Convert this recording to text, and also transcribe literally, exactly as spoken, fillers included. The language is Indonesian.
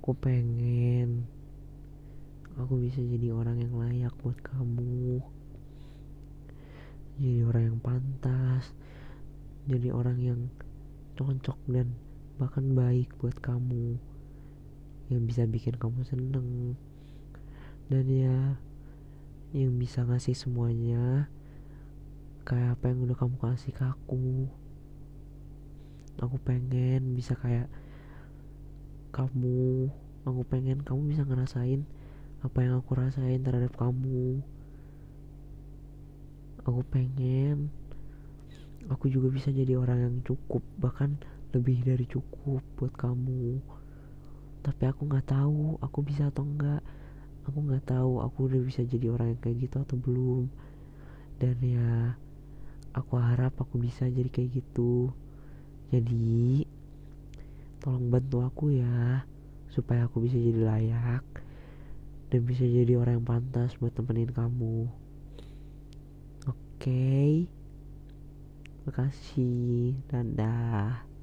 Aku pengen aku bisa jadi orang yang layak buat kamu, jadi orang yang pantas, jadi orang yang cocok dan bahkan baik buat kamu, yang bisa bikin kamu seneng, dan ya yang bisa ngasih semuanya kayak apa yang udah kamu kasih ke aku. Aku pengen bisa kayak kamu. Aku pengen kamu bisa ngerasain apa yang aku rasain terhadap kamu. Aku pengen aku juga bisa jadi orang yang cukup, bahkan lebih dari cukup buat kamu. Tapi aku nggak tahu aku bisa atau enggak. Aku nggak tahu aku udah bisa jadi orang yang kayak gitu atau belum. Dan ya aku harap aku bisa jadi kayak gitu. Jadi tolong bantu aku ya, supaya aku bisa jadi layak dan bisa jadi orang yang pantas buat temenin kamu. Oke, makasih. Dadah.